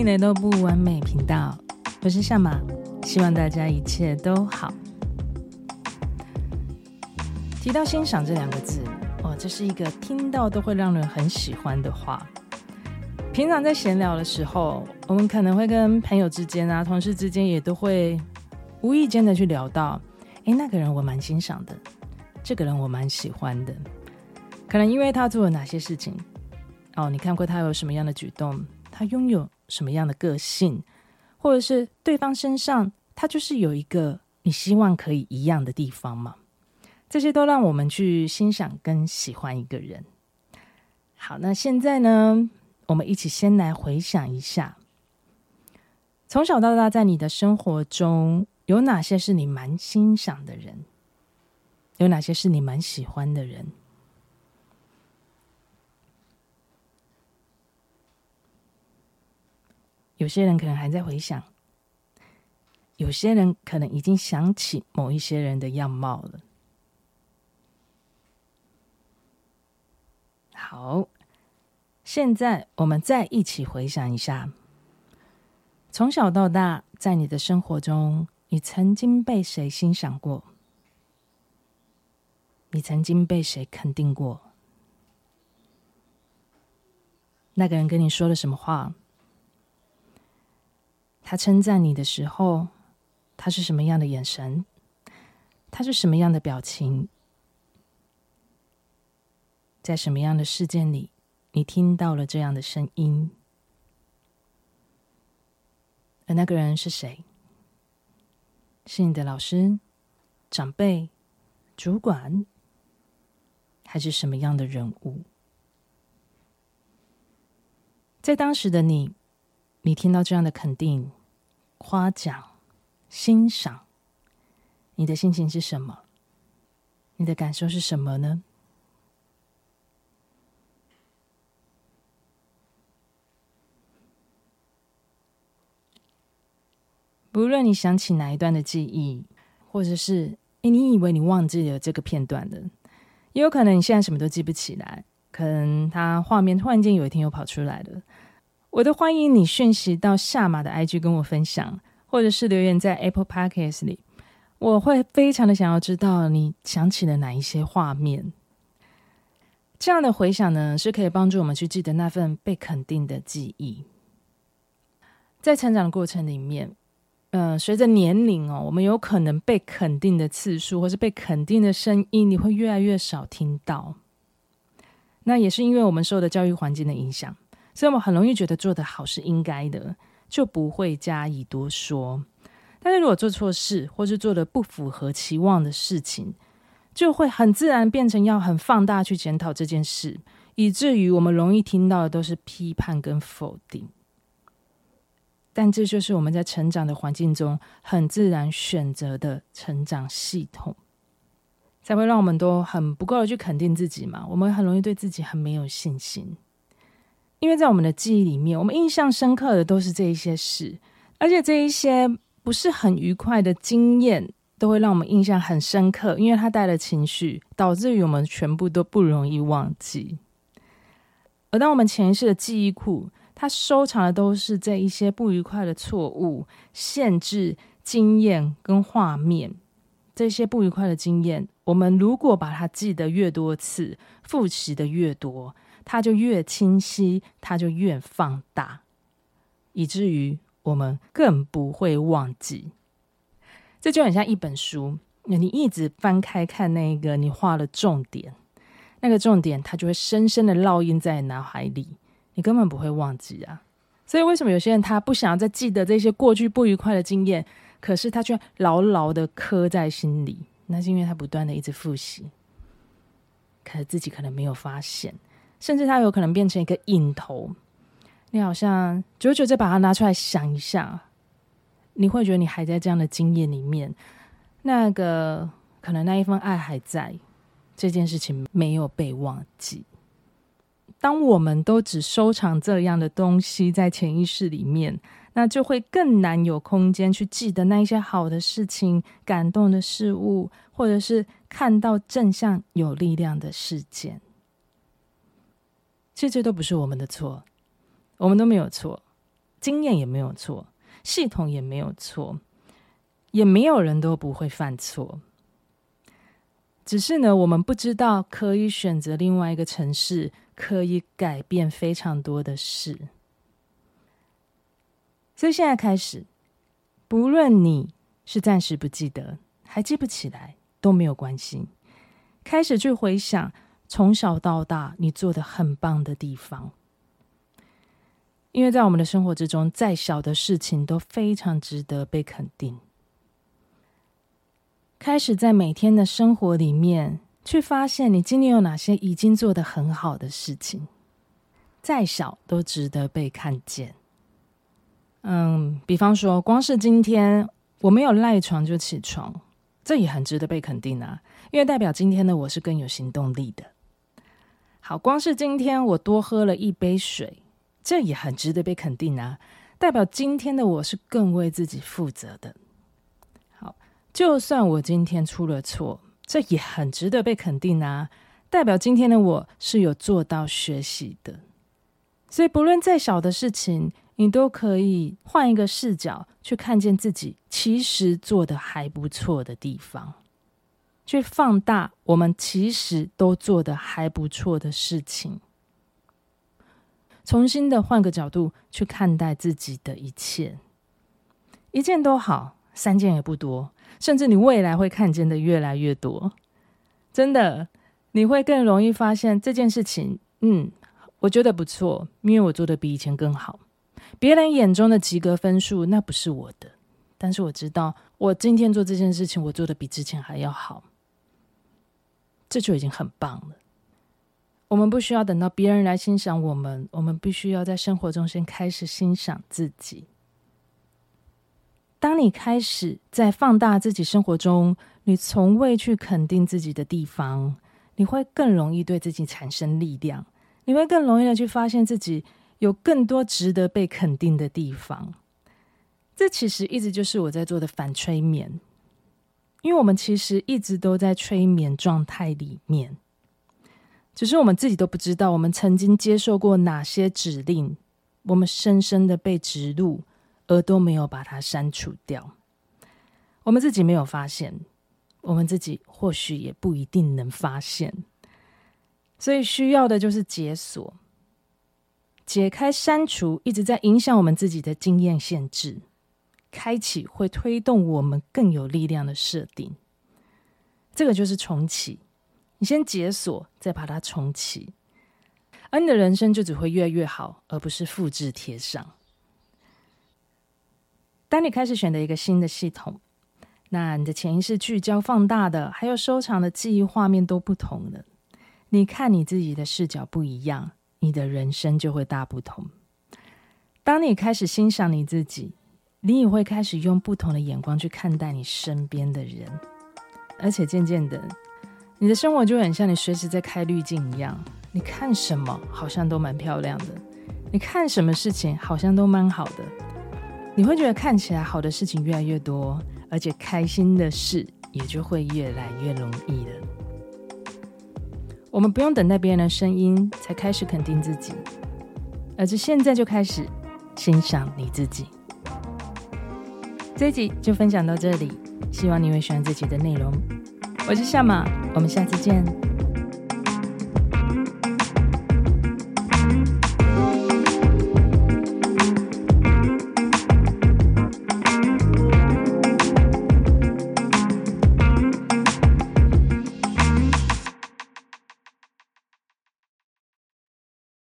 迎来到不完美频道，我是夏玛，希望大家一切都好。提到欣赏这两个字，这是一个听到都会让人很喜欢的话。平常在闲聊的时候，我们可能会跟朋友之间同事之间也都会无意间的去聊到，那个人我蛮欣赏的，这个人我蛮喜欢的，可能因为他做了哪些事情，你看过他有什么样的举动，他拥有什么样的个性，或者是对方身上他就是有一个你希望可以一样的地方嘛，这些都让我们去欣赏跟喜欢一个人。好，那现在呢，我们一起先来回想一下，从小到大在你的生活中有哪些是你蛮欣赏的人，有哪些是你蛮喜欢的人。有些人可能还在回想，有些人可能已经想起某一些人的样貌了。好，现在我们再一起回想一下，从小到大在你的生活中，你曾经被谁欣赏过？你曾经被谁肯定过？那个人跟你说了什么话？他称赞你的时候，他是什么样的眼神？他是什么样的表情？在什么样的事件里，你听到了这样的声音？而那个人是谁？是你的老师、长辈、主管，还是什么样的人物？在当时的你听到这样的肯定、夸奖、欣赏，你的心情是什么？你的感受是什么呢？不论你想起哪一段的记忆，或者是你以为你忘记了这个片段的，也有可能你现在什么都记不起来，可能它画面突然间有一天又跑出来了。我都欢迎你讯息到夏玛的 IG 跟我分享，或者是留言在 Apple Podcast 里，我会非常的想要知道你想起了哪一些画面。这样的回想呢，是可以帮助我们去记得那份被肯定的记忆。在成长的过程里面，随着年龄我们有可能被肯定的次数或是被肯定的声音，你会越来越少听到。那也是因为我们受的教育环境的影响，所以我们很容易觉得做得好是应该的，就不会加以多说。但是如果做错事，或是做的不符合期望的事情，就会很自然变成要很放大去检讨这件事，以至于我们容易听到的都是批判跟否定。但这就是我们在成长的环境中很自然选择的成长系统，才会让我们都很不够的去肯定自己嘛。我们很容易对自己很没有信心，因为在我们的记忆里面，我们印象深刻的都是这一些事，而且这一些不是很愉快的经验都会让我们印象很深刻，因为它带了情绪，导致于我们全部都不容易忘记。而当我们潜意识的记忆库，它收藏的都是这一些不愉快的错误、限制、经验跟画面。这些不愉快的经验，我们如果把它记得越多次，复习的越多，它就越清晰，它就越放大，以至于我们更不会忘记。这就很像一本书，你一直翻开看那个你画了重点，那个重点它就会深深的烙印在脑海里，你根本不会忘记啊。所以为什么有些人他不想要再记得这些过去不愉快的经验，可是他却牢牢的刻在心里？那是因为他不断的一直复习，可是自己可能没有发现，甚至他有可能变成一个瘾头。你好像久久再把它拿出来想一下，你会觉得你还在这样的经验里面，那个可能那一份爱还在，这件事情没有被忘记。当我们都只收藏这样的东西在潜意识里面，那就会更难有空间去记得那一些好的事情、感动的事物，或者是看到正向有力量的事件。其实这都不是我们的错，我们都没有错， 经验也没有错，系统也没有错，也没有人都不会犯错。只是呢，我们不知道可以选择另外一个程式，可以改变非常多的事。所以现在开始，不论你是暂时不记得，还记不起来，都没有关系。开始去回想从小到大你做的很棒的地方，因为在我们的生活之中，再小的事情都非常值得被肯定。开始在每天的生活里面去发现你今天有哪些已经做得很好的事情，再小都值得被看见。比方说光是今天我没有赖床就起床，这也很值得被肯定啊，因为代表今天的我是更有行动力的。好，光是今天我多喝了一杯水，这也很值得被肯定啊，代表今天的我是更为自己负责的。好，就算我今天出了错，这也很值得被肯定啊，代表今天的我是有做到学习的。所以不论再小的事情，你都可以换一个视角去看见自己其实做得还不错的地方，去放大我们其实都做得还不错的事情，重新的换个角度去看待自己的一切，一件都好，3件也不多，甚至你未来会看见的越来越多。真的，你会更容易发现这件事情我觉得不错，因为我做的比以前更好。别人眼中的及格分数那不是我的，但是我知道我今天做这件事情我做的比之前还要好，这就已经很棒了。我们不需要等到别人来欣赏我们，我们必须要在生活中先开始欣赏自己。当你开始在放大自己生活中你从未去肯定自己的地方，你会更容易对自己产生力量，你会更容易的去发现自己有更多值得被肯定的地方。这其实一直就是我在做的反催眠，因为我们其实一直都在催眠状态里面，只是我们自己都不知道我们曾经接受过哪些指令，我们深深的被植入，而都没有把它删除掉。我们自己没有发现，我们自己或许也不一定能发现。所以需要的就是解锁，解开删除一直在影响我们自己的经验限制，开启会推动我们更有力量的设定。这个就是重启，你先解锁，再把它重启，而你的人生就只会越来越好，而不是复制贴上。当你开始选择一个新的系统，那你的潜意识聚焦放大的还有收藏的记忆画面都不同了，你看你自己的视角不一样，你的人生就会大不同。当你开始欣赏你自己，你也会开始用不同的眼光去看待你身边的人，而且渐渐的，你的生活就很像你随时在开滤镜一样，你看什么好像都蛮漂亮的，你看什么事情好像都蛮好的，你会觉得看起来好的事情越来越多，而且开心的事也就会越来越容易了。我们不用等待别人的声音才开始肯定自己，而是现在就开始欣赏你自己。这一集就分享到这里，希望你会喜欢这集的内容。我是夏玛，我们下次见。